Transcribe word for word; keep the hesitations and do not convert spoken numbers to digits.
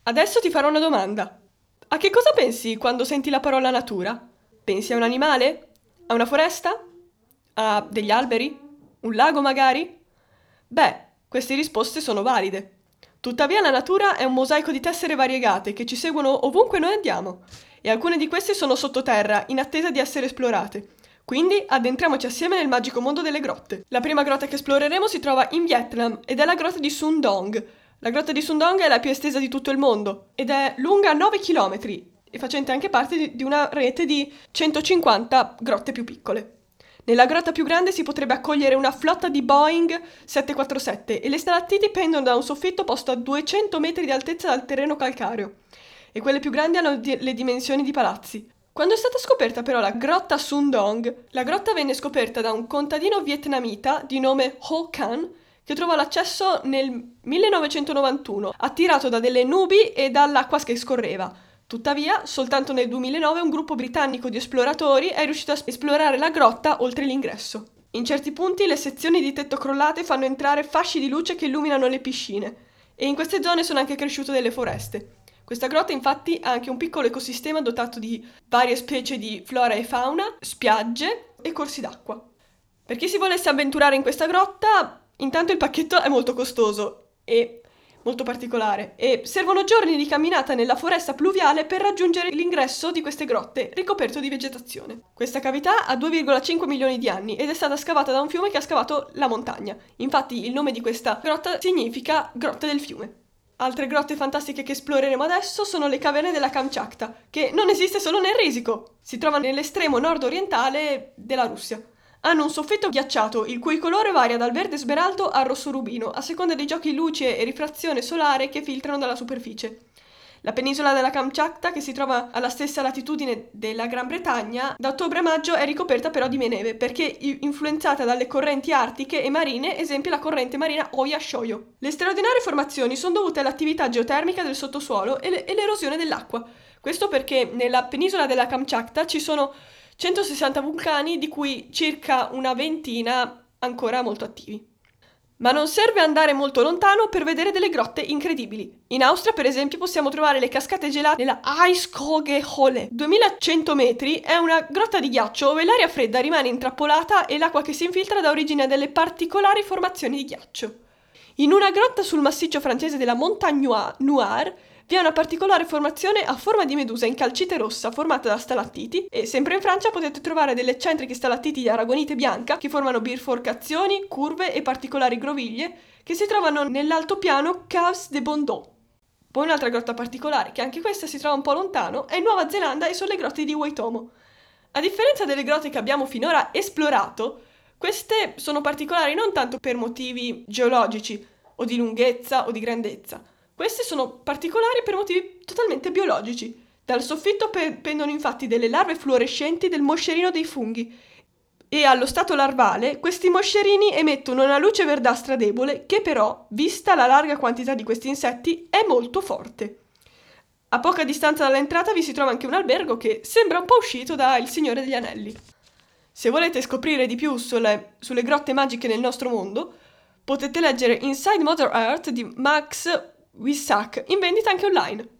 Adesso ti farò una domanda. A che cosa pensi quando senti la parola natura? Pensi a un animale? A una foresta? A degli alberi? Un lago magari? Beh, queste risposte sono valide. Tuttavia la natura è un mosaico di tessere variegate che ci seguono ovunque noi andiamo, e alcune di queste sono sottoterra, in attesa di essere esplorate. Quindi addentriamoci assieme nel magico mondo delle grotte. La prima grotta che esploreremo si trova in Vietnam ed è la grotta di Sun Dong. La grotta di Sun Dong è la più estesa di tutto il mondo ed è lunga nove chilometri e facente anche parte di, di una rete di centocinquanta grotte più piccole. Nella grotta più grande si potrebbe accogliere una flotta di Boeing sette quattro sette e le stalattiti pendono da un soffitto posto a duecento metri di altezza dal terreno calcareo. E quelle più grandi hanno di- le dimensioni di palazzi. Quando è stata scoperta però la grotta Sun Dong, la grotta venne scoperta da un contadino vietnamita di nome Ho Can, che trovò l'accesso nel millenovecentonovantuno, attirato da delle nubi e dall'acqua che scorreva. Tuttavia, soltanto nel duemilanove un gruppo britannico di esploratori è riuscito a esplorare la grotta oltre l'ingresso. In certi punti le sezioni di tetto crollate fanno entrare fasci di luce che illuminano le piscine, e in queste zone sono anche cresciute delle foreste. Questa grotta infatti ha anche un piccolo ecosistema dotato di varie specie di flora e fauna, spiagge e corsi d'acqua. Per chi si volesse avventurare in questa grotta, intanto il pacchetto è molto costoso e molto particolare e servono giorni di camminata nella foresta pluviale per raggiungere l'ingresso di queste grotte ricoperto di vegetazione. Questa cavità ha due virgola cinque milioni di anni ed è stata scavata da un fiume che ha scavato la montagna. Infatti il nome di questa grotta significa grotta del fiume. Altre grotte fantastiche che esploreremo adesso sono le caverne della Kamchatka, che non esiste solo nel Risico. Si trova nell'estremo nord-orientale della Russia. Hanno un soffitto ghiacciato, il cui colore varia dal verde smeraldo al rosso rubino, a seconda dei giochi luce e rifrazione solare che filtrano dalla superficie. La penisola della Kamchatka, che si trova alla stessa latitudine della Gran Bretagna, da ottobre a maggio è ricoperta però di neve, perché influenzata dalle correnti artiche e marine, esempio la corrente marina Oya-Shoyo. Le straordinarie formazioni sono dovute all'attività geotermica del sottosuolo e, le- e l'erosione dell'acqua. Questo perché nella penisola della Kamchatka ci sono centosessanta vulcani, di cui circa una ventina ancora molto attivi. Ma non serve andare molto lontano per vedere delle grotte incredibili. In Austria, per esempio, possiamo trovare le cascate gelate nella Eiskoge-Hole. duemilacento metri è una grotta di ghiaccio dove l'aria fredda rimane intrappolata e l'acqua che si infiltra dà origine a delle particolari formazioni di ghiaccio. In una grotta sul massiccio francese della Montagne Noire vi è una particolare formazione a forma di medusa in calcite rossa formata da stalattiti e sempre in Francia potete trovare delle eccentriche stalattiti di aragonite bianca che formano biforcazioni, curve e particolari groviglie che si trovano nell'altopiano Caves de Bondon. Poi un'altra grotta particolare, che anche questa si trova un po' lontano, è in Nuova Zelanda e sono le grotte di Waitomo. A differenza delle grotte che abbiamo finora esplorato, queste sono particolari non tanto per motivi geologici o di lunghezza o di grandezza. Queste sono particolari per motivi totalmente biologici. Dal soffitto pe- pendono infatti delle larve fluorescenti del moscerino dei funghi e allo stato larvale questi moscerini emettono una luce verdastra debole che però, vista la larga quantità di questi insetti, è molto forte. A poca distanza dall'entrata vi si trova anche un albergo che sembra un po' uscito da Il Signore degli Anelli. Se volete scoprire di più sulle, sulle grotte magiche nel nostro mondo, potete leggere Inside Mother Earth di Max Wissak, in vendita anche online.